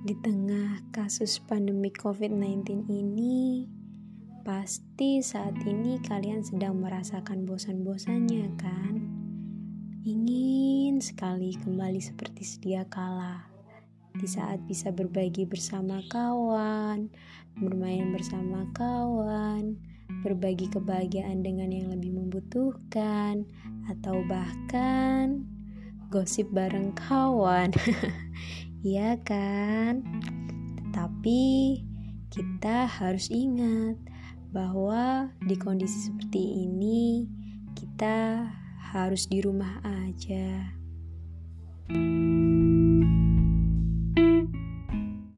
Di tengah kasus pandemi COVID-19 ini, pasti saat ini kalian sedang merasakan bosan-bosannya kan? Ingin sekali kembali seperti sedia kala, di saat bisa berbagi bersama kawan, bermain bersama kawan, berbagi kebahagiaan dengan yang lebih membutuhkan, atau bahkan gosip bareng kawan. Iya kan? Tetapi kita harus ingat bahwa di kondisi seperti ini kita harus di rumah aja.